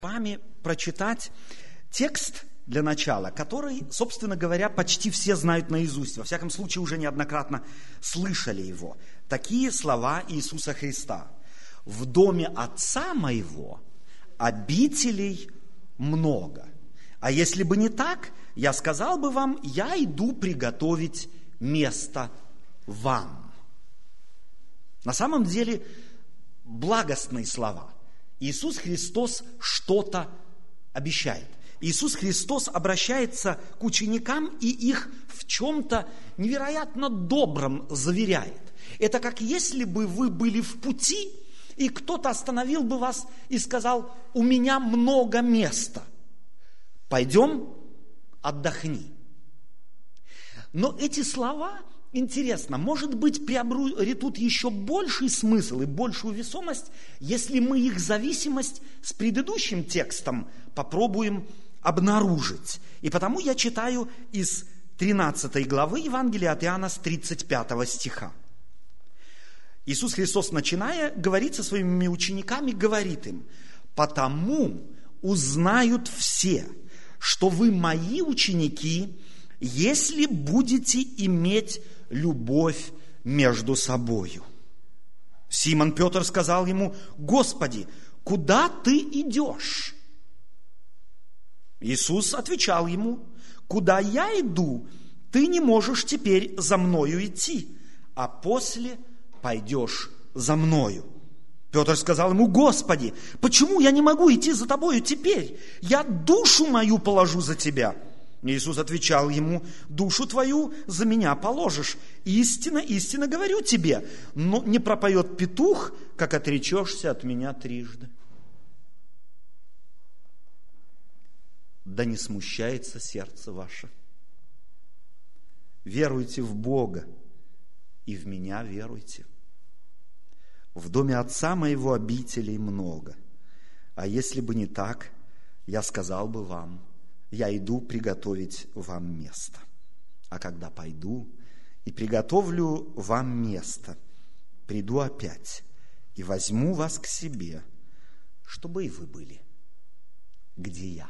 вами прочитать текст для начала, который, собственно говоря, почти все знают наизусть. Во всяком случае, уже неоднократно слышали его. Такие слова Иисуса Христа. «В доме Отца моего обителей много. А если бы не так, я сказал бы вам, я иду приготовить место вам». На самом деле, благостные слова. Иисус Христос что-то обещает. Иисус Христос обращается к ученикам и их в чем-то невероятно добром заверяет. Это как если бы вы были в пути, и кто-то остановил бы вас и сказал: «У меня много места. Пойдем, отдохни». Но эти слова, интересно, может быть, приобретут еще больший смысл и большую весомость, если мы их зависимость с предыдущим текстом попробуем обнаружить. И потому я читаю из 13 главы Евангелия от Иоанна с 35 стиха. Иисус Христос, начиная, говорит со своими учениками, говорит им: «Потому узнают все, что вы мои ученики, если будете иметь любовь между собою». Симон Петр сказал ему: «Господи, куда ты идешь?» Иисус отвечал ему: «Куда я иду, ты не можешь теперь за мною идти, а после пойдешь за мною». Петр сказал ему: «Господи, почему я не могу идти за тобою теперь? Я душу мою положу за тебя». Иисус отвечал ему: «Душу твою за меня положишь. Истинно, истинно говорю тебе, но не пропоет петух, как отречешься от меня трижды». Да не смущается сердце ваше. Веруйте в Бога и в меня веруйте. В доме Отца моего обителей много. А если бы не так, я сказал бы вам: я иду приготовить вам место. А когда пойду и приготовлю вам место, приду опять и возьму вас к себе, чтобы и вы были, где я».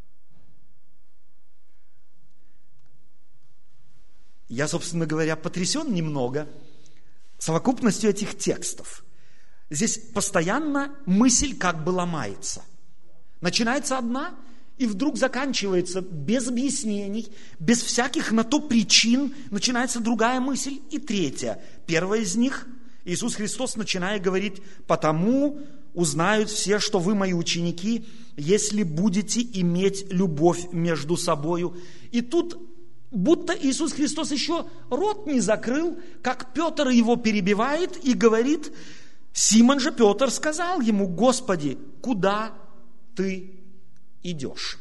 Я, собственно говоря, потрясен немного совокупностью этих текстов. Здесь постоянно мысль как бы ломается. Начинается одна, и вдруг заканчивается без объяснений, без всяких на то причин. Начинается другая мысль и третья. Первая из них, Иисус Христос, начиная, говорит: «Потому узнают все, что вы мои ученики, если будете иметь любовь между собою». И тут будто Иисус Христос еще рот не закрыл, как Петр его перебивает и говорит: Симон же Петр сказал ему: «Господи, куда ты идешь?»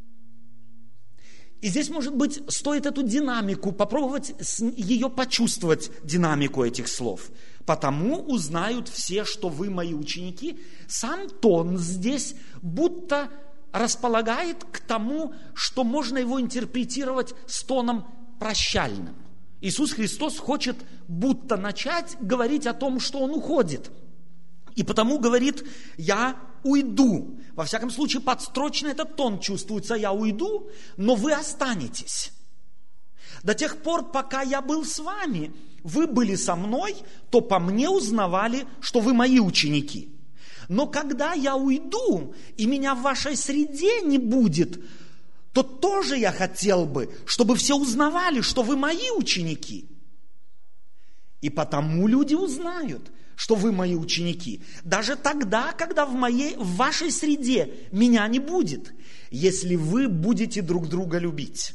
И здесь, может быть, стоит эту динамику попробовать ее почувствовать, динамику этих слов. «Потому узнают все, что вы мои ученики». Сам тон здесь будто располагает к тому, что можно его интерпретировать с тоном прощальным. Иисус Христос хочет будто начать говорить о том, что Он уходит. И потому говорит: «Я уйду». Во всяком случае, подстрочно этот тон чувствуется: «Я уйду, но вы останетесь. До тех пор, пока я был с вами, вы были со мной, то по мне узнавали, что вы мои ученики. Но когда я уйду, и меня в вашей среде не будет, то тоже я хотел бы, чтобы все узнавали, что вы мои ученики. И потому люди узнают, что вы мои ученики, даже тогда, когда в вашей среде меня не будет, если вы будете друг друга любить».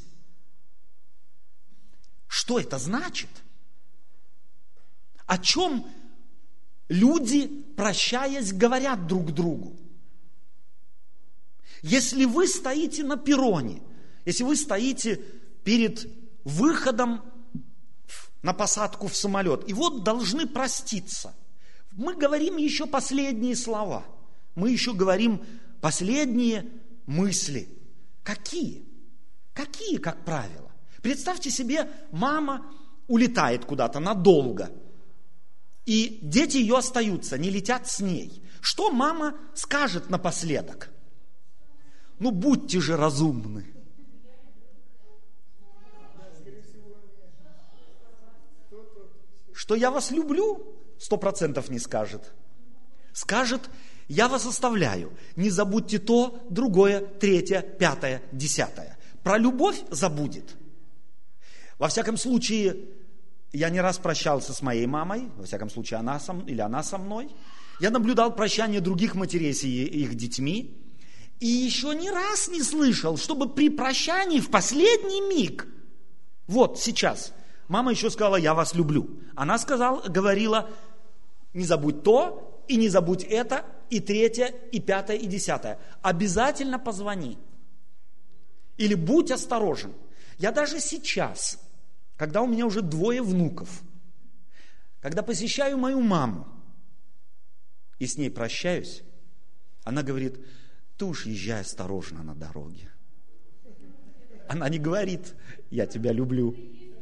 Что это значит? О чем люди, прощаясь, говорят друг другу? Если вы стоите на перроне, если вы стоите перед выходом на посадку в самолет, и вот должны проститься, мы говорим еще последние слова, мы еще говорим последние мысли. Какие? Какие, как правило? Представьте себе, мама улетает куда-то надолго, и дети ее остаются, не летят с ней. Что мама скажет напоследок? Ну, будьте же разумны. Что я вас люблю, 100% не скажет. Скажет, я вас оставляю. Не забудьте то, другое, третье, пятое, десятое. Про любовь забудет. Во всяком случае, я не раз прощался с моей мамой, во всяком случае, она со мной. Я наблюдал прощание других матерей с их детьми. И еще ни раз не слышал, чтобы при прощании в последний миг, вот сейчас, мама еще сказала, я вас люблю. Она говорила, не забудь то, и не забудь это, и третье, и пятое, и десятое. Обязательно позвони. Или будь осторожен. Я даже сейчас, когда у меня уже 2 внуков, когда посещаю мою маму и с ней прощаюсь, она говорит, ты уж езжай осторожно на дороге. Она не говорит, я тебя люблю.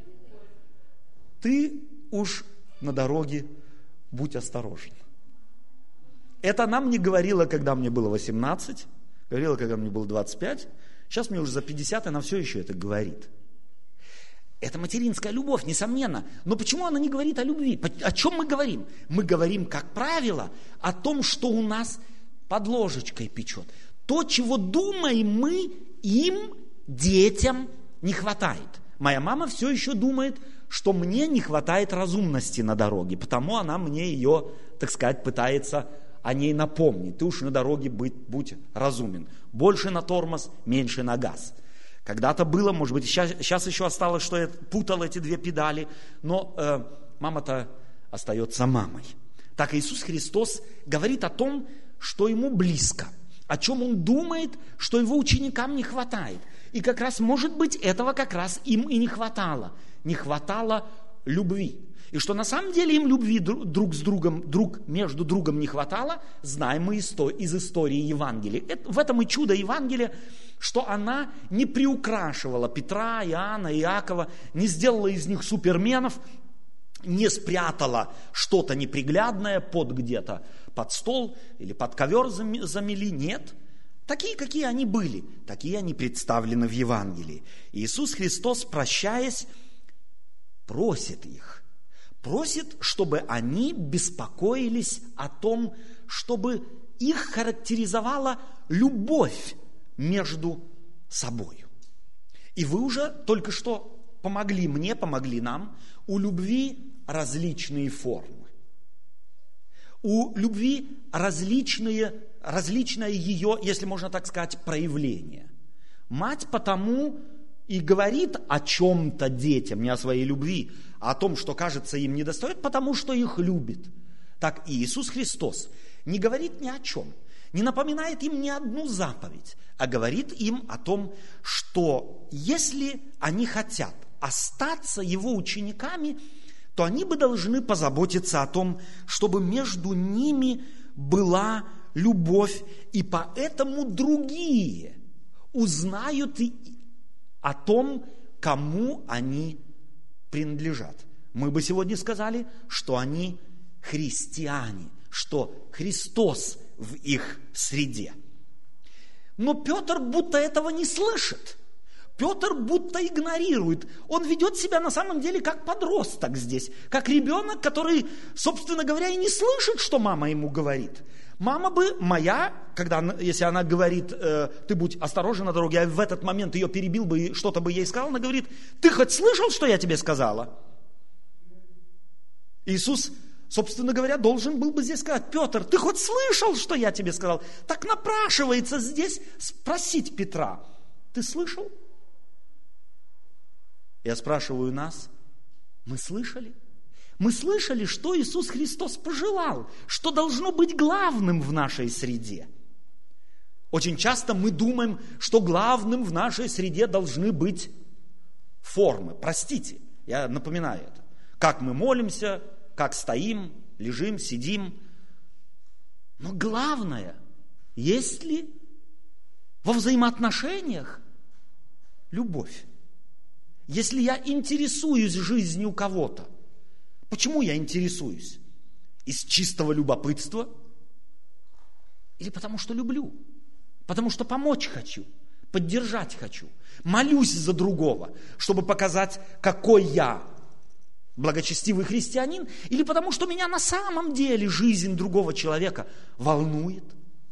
Ты уж на дороге будь осторожен. Это она мне говорила, когда мне было 18, говорила, когда мне было 25. Сейчас мне уже за 50, она все еще это говорит. Это материнская любовь, несомненно. Но почему она не говорит о любви? О чем мы говорим? Мы говорим, как правило, о том, что у нас под ложечкой печет. То, чего думаем мы, им, детям, не хватает. Моя мама все еще думает, что мне не хватает разумности на дороге, потому она мне ее, так сказать, пытается о ней напомнить. Ты уж на дороге будь разумен. Больше на тормоз, меньше на газ. Когда-то было, может быть, сейчас еще осталось, что я путал эти 2 педали, но мама-то остается мамой. Так Иисус Христос говорит о том, что ему близко, о чем он думает, что его ученикам не хватает. И как раз, может быть, этого как раз им и не хватало. Не хватало любви. И что на самом деле им любви друг между другом не хватало, знаем мы из истории Евангелия. В этом и чудо Евангелия, что она не приукрашивала Петра, Иоанна, Иакова, не сделала из них суперменов, не спрятала что-то неприглядное где-то под стол или под ковер замели. Нет. Такие, какие они были, такие они представлены в Евангелии. Иисус Христос, прощаясь, просит их. Просит, чтобы они беспокоились о том, чтобы их характеризовала любовь между собой. И вы уже только что помогли мне, помогли нам. У любви различные формы. У любви различное ее, если можно так сказать, проявление. Мать потому и говорит о чем-то детям, не о своей любви, а о том, что кажется им недостает, потому что их любит. Так и Иисус Христос не говорит ни о чем, не напоминает им ни одну заповедь, а говорит им о том, что если они хотят остаться Его учениками, то они бы должны позаботиться о том, чтобы между ними была любовь, и поэтому другие узнают о том, кому они принадлежат. Мы бы сегодня сказали, что они христиане, что Христос в их среде. Но Петр будто этого не слышит. Петр будто игнорирует. Он ведет себя на самом деле как подросток здесь, как ребенок, который, собственно говоря, и не слышит, что мама ему говорит. Мама бы моя, если она говорит, ты будь осторожен на дороге, я в этот момент ее перебил бы и что-то бы ей сказал, она говорит, ты хоть слышал, что я тебе сказала? Иисус, собственно говоря, должен был бы здесь сказать, Петр, ты хоть слышал, что я тебе сказал? Так напрашивается здесь спросить Петра, ты слышал? Я спрашиваю нас, мы слышали? Мы слышали, что Иисус Христос пожелал, что должно быть главным в нашей среде. Очень часто мы думаем, что главным в нашей среде должны быть формы. Простите, я напоминаю это. Как мы молимся, как стоим, лежим, сидим. Но главное, есть ли во взаимоотношениях любовь? Если я интересуюсь жизнью кого-то, почему я интересуюсь? Из чистого любопытства? Или потому что люблю? Потому что помочь хочу, поддержать хочу. Молюсь за другого, чтобы показать, какой я благочестивый христианин, или потому что меня на самом деле жизнь другого человека волнует.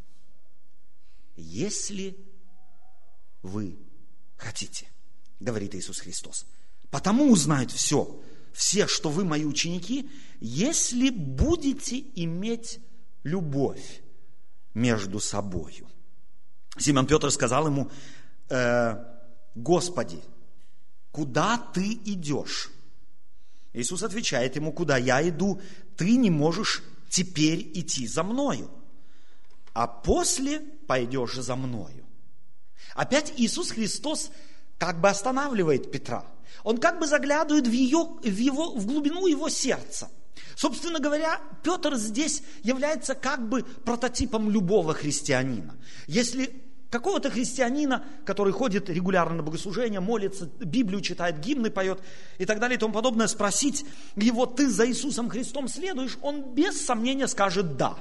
Если вы хотите, говорит Иисус Христос, потому узнают все, что вы мои ученики, если будете иметь любовь между собою. Симон Петр сказал ему: Господи, куда ты идешь? Иисус отвечает ему: куда я иду, ты не можешь теперь идти за мною, а после пойдешь за мною. Опять Иисус Христос как бы останавливает Петра. Он как бы заглядывает в глубину его сердца. Собственно говоря, Петр здесь является как бы прототипом любого христианина. Если какого-то христианина, который ходит регулярно на богослужение, молится, Библию читает, гимны поет и так далее и тому подобное, спросить его: ты за Иисусом Христом следуешь? Он без сомнения скажет «да».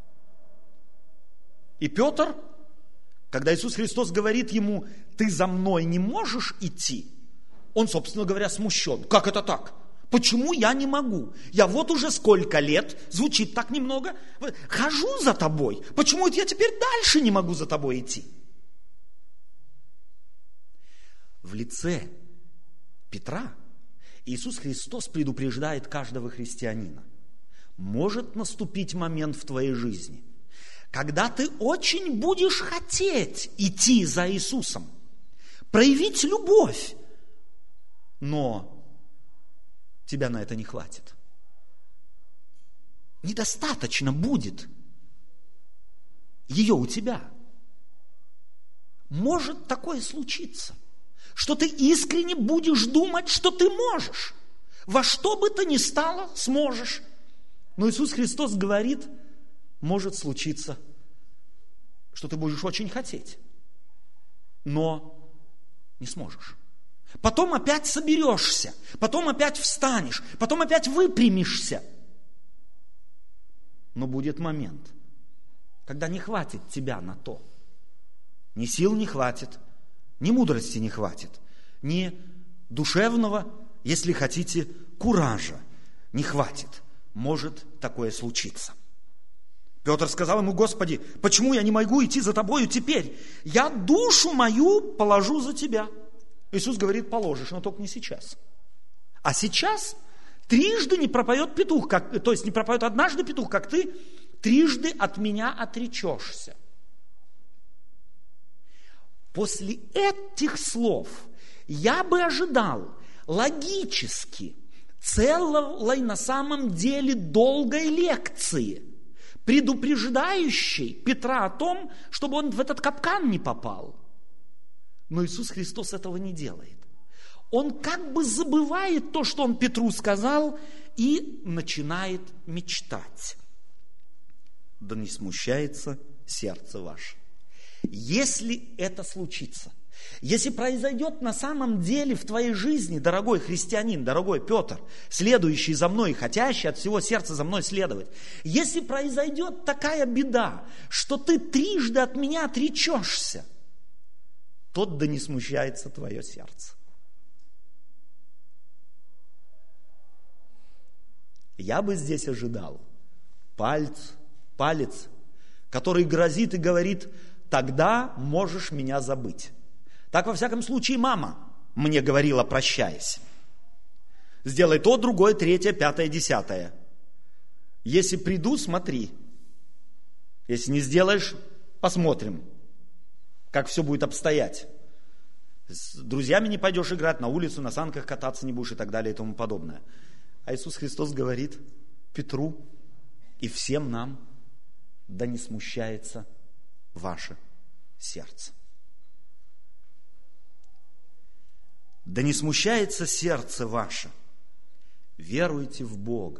И Петр, когда Иисус Христос говорит ему: ты за мной не можешь идти, он, собственно говоря, смущен. Как это так? Почему я не могу? Я вот уже сколько лет, звучит так немного, хожу за тобой. Почему это я теперь дальше не могу за тобой идти? В лице Петра Иисус Христос предупреждает каждого христианина: может наступить момент в твоей жизни, когда ты очень будешь хотеть идти за Иисусом, проявить любовь, но тебя на это не хватит. Недостаточно будет ее у тебя. Может такое случиться, что ты искренне будешь думать, что ты можешь. Во что бы то ни стало, сможешь. Но Иисус Христос говорит: может случиться, что ты будешь очень хотеть, но не сможешь. Потом опять соберешься, потом опять встанешь, потом опять выпрямишься. Но будет момент, когда не хватит тебя на то. Ни сил не хватит, ни мудрости не хватит, ни душевного, если хотите, куража не хватит. Может такое случиться. Петр сказал ему: Господи, почему я не могу идти за тобою теперь? Я душу мою положу за тебя. Иисус говорит: положишь, но только не сейчас. А сейчас трижды не пропоет петух, то есть не пропоет однажды петух, как ты трижды от меня отречешься. После этих слов я бы ожидал логически целой на самом деле долгой лекции, предупреждающей Петра о том, чтобы он в этот капкан не попал. Но Иисус Христос этого не делает. Он как бы забывает то, что он Петру сказал, и начинает мечтать. Да не смущается сердце ваше. Если это случится, если произойдет на самом деле в твоей жизни, дорогой христианин, дорогой Петр, следующий за мной, хотящий от всего сердца за мной следовать, если произойдет такая беда, что ты трижды от меня отречешься, тот да не смущается твое сердце. Я бы здесь ожидал палец, который грозит и говорит: тогда можешь меня забыть. Так, во всяком случае, мама мне говорила, прощаясь: сделай то, другое, третье, пятое, десятое. Если приду, смотри. Если не сделаешь, посмотрим, как все будет обстоять. С друзьями не пойдешь играть, на улицу, на санках кататься не будешь и так далее и тому подобное. А Иисус Христос говорит Петру и всем нам: да не смущается ваше сердце. Да не смущается сердце ваше. Веруйте в Бога.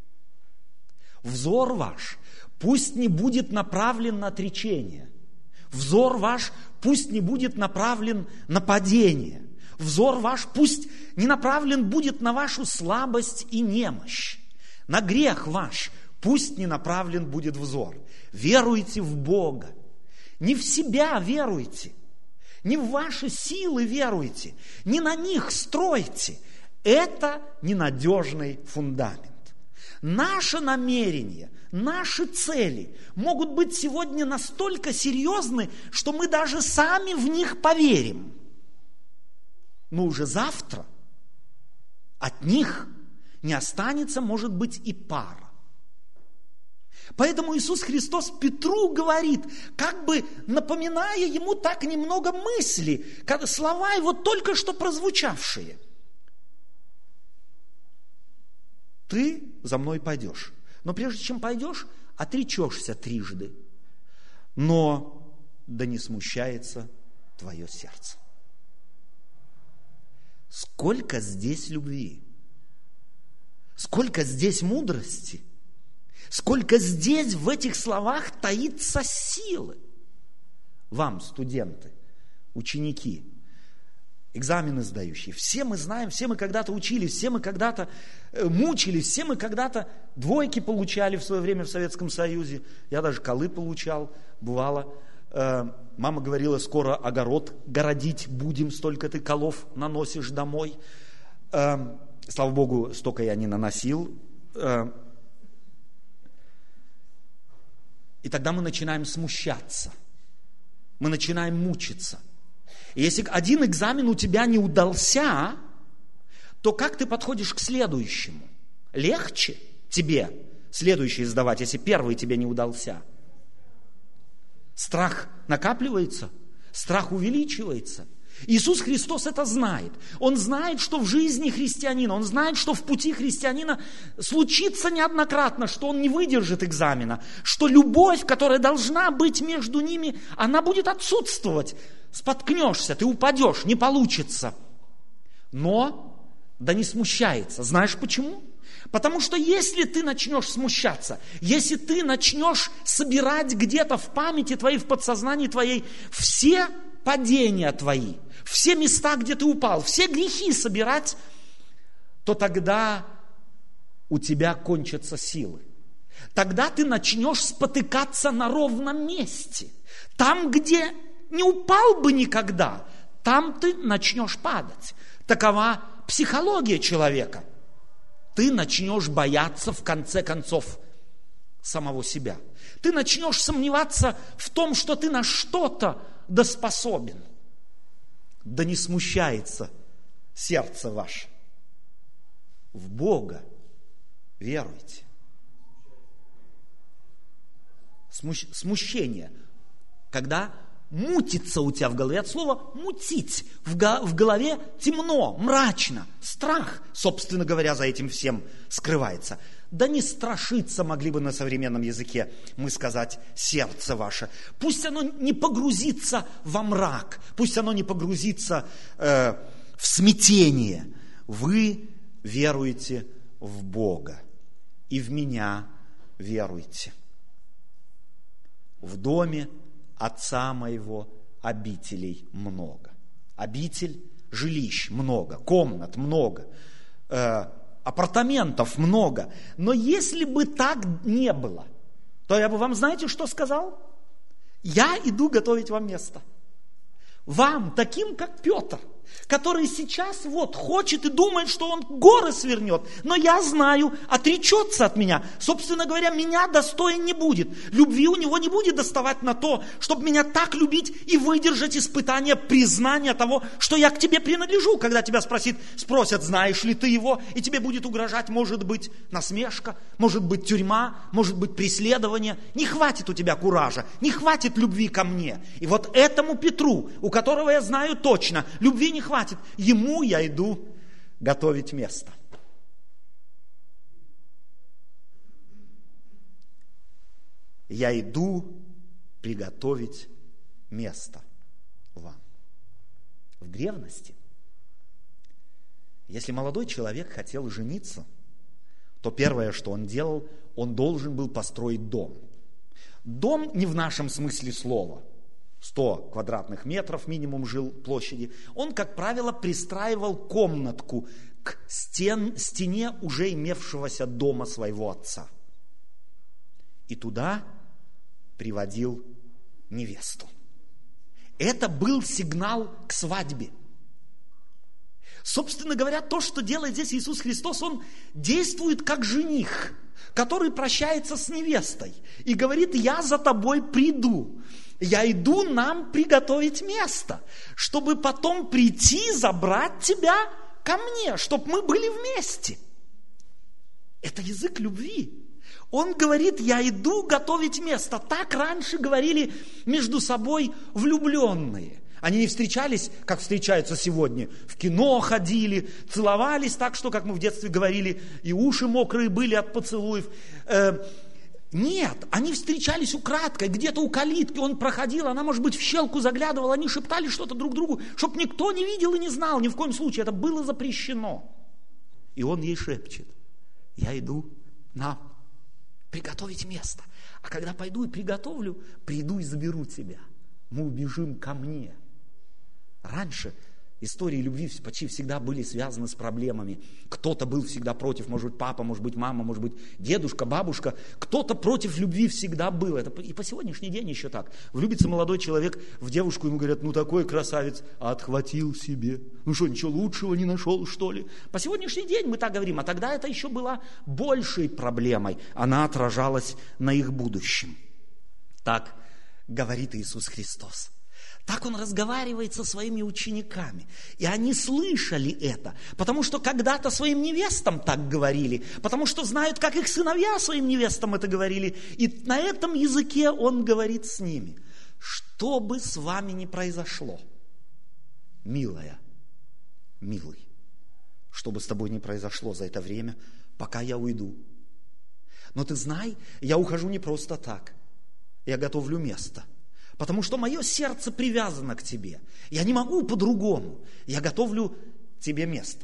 Взор ваш пусть не будет направлен на отречение. Взор ваш пусть не будет направлен на падение. Взор ваш пусть не направлен будет на вашу слабость и немощь. На грех ваш пусть не направлен будет взор. Веруйте в Бога. Не в себя веруйте, не в ваши силы веруйте, не на них стройте. Это ненадежный фундамент. Наше намерение, наши цели могут быть сегодня настолько серьезны, что мы даже сами в них поверим. Но уже завтра от них не останется, может быть, и пара. Поэтому Иисус Христос Петру говорит, как бы напоминая ему так немного мысли, слова его только что прозвучавшие. Ты за мной пойдешь. Но прежде чем пойдешь, отречешься трижды. Но да не смущается твое сердце. Сколько здесь любви, сколько здесь мудрости, сколько здесь в этих словах таится силы. Вам, студенты, ученики, экзамены сдающие, все мы знаем, все мы когда-то учились, все мы когда-то мучились, все мы когда-то двойки получали в свое время в Советском Союзе. Я даже колы получал, бывало. Мама говорила, скоро огород городить будем, столько ты колов наносишь домой. Слава Богу, столько я не наносил. И тогда мы начинаем смущаться, мы начинаем мучиться. И если один экзамен у тебя не удался, то как ты подходишь к следующему? Легче тебе следующий сдавать, если первый тебе не удался? Страх накапливается, страх увеличивается. Иисус Христос это знает. Он знает, что в жизни христианина, он знает, что в пути христианина случится неоднократно, что он не выдержит экзамена, что любовь, которая должна быть между ними, она будет отсутствовать. Споткнешься, ты упадешь, не получится. Но да не смущается. Знаешь почему? Потому что если ты начнешь смущаться, если ты начнешь собирать где-то в памяти твоей, в подсознании твоей все падения твои, все места, где ты упал, все грехи собирать, то тогда у тебя кончатся силы. Тогда ты начнешь спотыкаться на ровном месте. Там, где не упал бы никогда, там ты начнешь падать. Такова психология человека. Ты начнешь бояться, в конце концов, самого себя. Ты начнешь сомневаться в том, что ты на что-то способен. Да не смущается сердце ваше. В Бога веруйте. Смущение, когда мутится у тебя в голове, от слова мутить, в голове темно, мрачно, страх, собственно говоря, за этим всем скрывается. Да не страшиться, могли бы на современном языке мы сказать, сердце ваше. Пусть оно не погрузится во мрак, пусть оно не погрузится в смятение. Вы веруете в Бога и в меня веруйте. В доме Отца моего обителей много. Обитель, жилищ много, комнат много, апартаментов много. Но если бы так не было, то я бы вам, знаете, что сказал? Я иду готовить вам место. Вам, таким как Петр, который сейчас вот хочет и думает, что он горы свернет, но я знаю, отречется от меня. Собственно говоря, меня достоин не будет. Любви у него не будет доставать на то, чтобы меня так любить и выдержать испытание признания того, что я к тебе принадлежу. Когда тебя спросят, знаешь ли ты его, и тебе будет угрожать, может быть, насмешка, может быть, тюрьма, может быть, преследование. Не хватит у тебя куража, не хватит любви ко мне. И вот этому Петру, у которого я знаю точно, любви не хватит. Ему я иду готовить место. Я иду приготовить место вам. В древности, если молодой человек хотел жениться, то первое, что он делал, он должен был построить дом. Дом не в нашем смысле слова. 100 квадратных метров минимум жил площади. Он, как правило, пристраивал комнатку к стене уже имевшегося дома своего отца. И туда приводил невесту. Это был сигнал к свадьбе. Собственно говоря, то, что делает здесь Иисус Христос, Он действует как жених, который прощается с невестой и говорит: я за тобой приду. Я иду нам приготовить место, чтобы потом прийти, забрать тебя ко мне, чтобы мы были вместе. Это язык любви. Он говорит: я иду готовить место. Так раньше говорили между собой влюбленные. Они не встречались, как встречаются сегодня. В кино ходили, целовались так, что, как мы в детстве говорили, и уши мокрые были от поцелуев. Нет, они встречались украдкой, где-то у калитки он проходил, она, может быть, в щелку заглядывала, они шептали что-то друг другу, чтобы никто не видел и не знал, ни в коем случае, это было запрещено. И он ей шепчет: я иду нам приготовить место, а когда пойду и приготовлю, приду и заберу тебя, мы убежим ко мне. Раньше истории любви почти всегда были связаны с проблемами. Кто-то был всегда против, может быть, папа, может быть, мама, может быть, дедушка, бабушка. Кто-то против любви всегда был. Это и по сегодняшний день еще так. Влюбится молодой человек в девушку, ему говорят: ну такой красавец, а отхватил себе. Ну что, ничего лучшего не нашел, что ли? По сегодняшний день мы так говорим, а тогда это еще была большей проблемой. Она отражалась на их будущем. Так говорит Иисус Христос. Так Он разговаривает со своими учениками. И они слышали это, потому что когда-то своим невестам так говорили, потому что знают, как их сыновья своим невестам это говорили. И на этом языке Он говорит с ними. Что бы с вами ни произошло, милая, милый, что бы с тобой ни произошло за это время, пока я уйду. Но ты знай, я ухожу не просто так. Я готовлю место. Потому что мое сердце привязано к тебе. Я не могу по-другому. Я готовлю тебе место.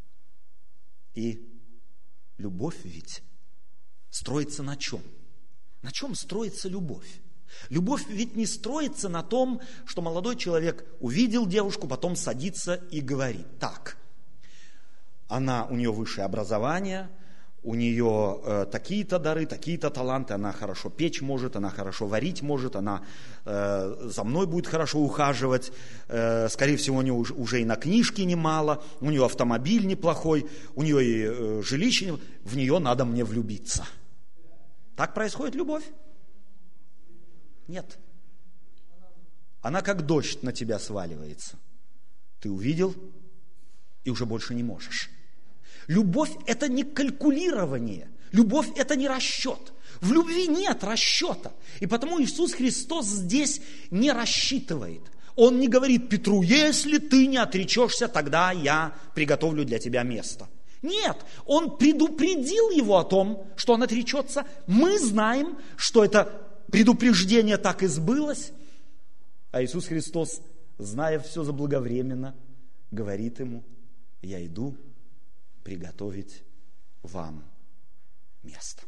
И любовь ведь строится на чем? На чем строится любовь? Любовь ведь не строится на том, что молодой человек увидел девушку, потом садится и говорит: так, у нее высшее образование, у нее такие-то дары, такие-то таланты, она хорошо печь может, она хорошо варить может, она за мной будет хорошо ухаживать, скорее всего, у нее уже и на книжке немало, у нее автомобиль неплохой, у нее и жилище, в нее надо мне влюбиться. Так происходит любовь? Нет. Она как дождь на тебя сваливается. Ты увидел и уже больше не можешь. Любовь – это не калькулирование. Любовь – это не расчет. В любви нет расчета. И потому Иисус Христос здесь не рассчитывает. Он не говорит Петру: если ты не отречешься, тогда я приготовлю для тебя место. Нет, Он предупредил его о том, что он отречется. Мы знаем, что это предупреждение так и сбылось. А Иисус Христос, зная все заблаговременно, говорит ему: я иду приготовить вам место.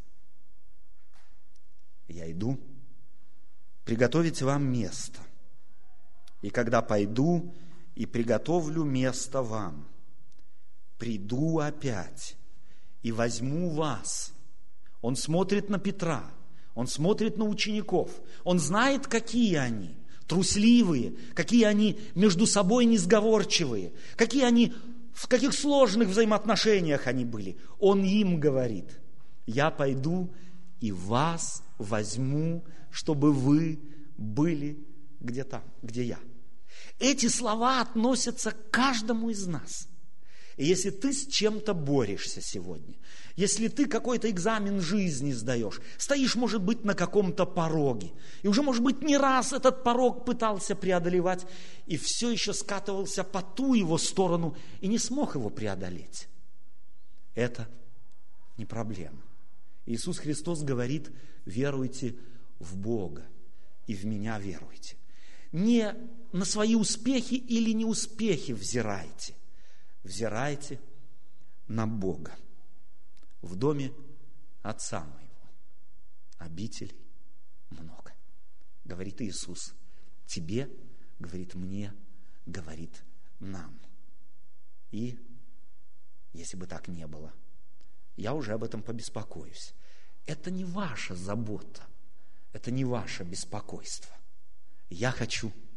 Я иду приготовить вам место. И когда пойду и приготовлю место вам, приду опять и возьму вас. Он смотрит на Петра, он смотрит на учеников, он знает, какие они трусливые, какие они между собой несговорчивые, в каких сложных взаимоотношениях они были. Он им говорит: я пойду и вас возьму, чтобы вы были где я. Эти слова относятся к каждому из нас. И если ты с чем-то борешься сегодня, если ты какой-то экзамен жизни сдаешь, стоишь, может быть, на каком-то пороге, и уже, может быть, не раз этот порог пытался преодолевать, и все еще скатывался по ту его сторону, и не смог его преодолеть. Это не проблема. Иисус Христос говорит: веруйте в Бога, и в Меня веруйте. Не на свои успехи или неуспехи взирайте. Взирайте на Бога. В доме Отца моего обителей много. Говорит Иисус тебе, говорит мне, говорит нам. И если бы так не было, я уже об этом побеспокоюсь. Это не ваша забота, это не ваше беспокойство. Я хочу,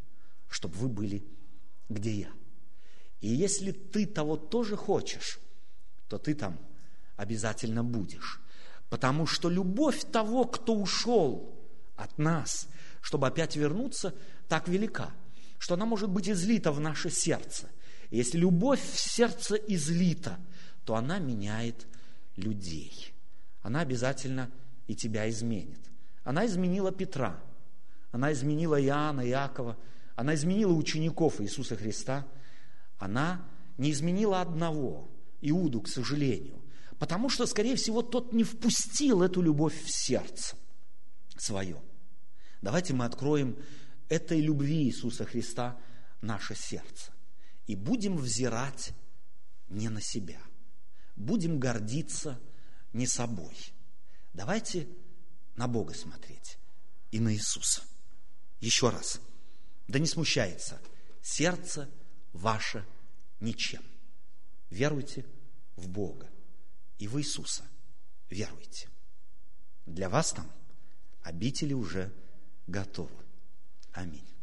чтобы вы были, где я. И если ты того тоже хочешь, то ты там обязательно будешь. Потому что любовь того, кто ушел от нас, чтобы опять вернуться, так велика, что она может быть излита в наше сердце. И если любовь в сердце излита, то она меняет людей. Она обязательно и тебя изменит. Она изменила Петра, она изменила Иоанна, Иакова, она изменила учеников Иисуса Христа. Она не изменила одного, Иуду, к сожалению, потому что, скорее всего, тот не впустил эту любовь в сердце свое. Давайте мы откроем этой любви Иисуса Христа наше сердце и будем взирать не на себя, будем гордиться не собой. Давайте на Бога смотреть и на Иисуса. Еще раз, да не смущается сердце ваше ничем. Веруйте в Бога и в Иисуса веруйте. Для вас там обители уже готовы. Аминь.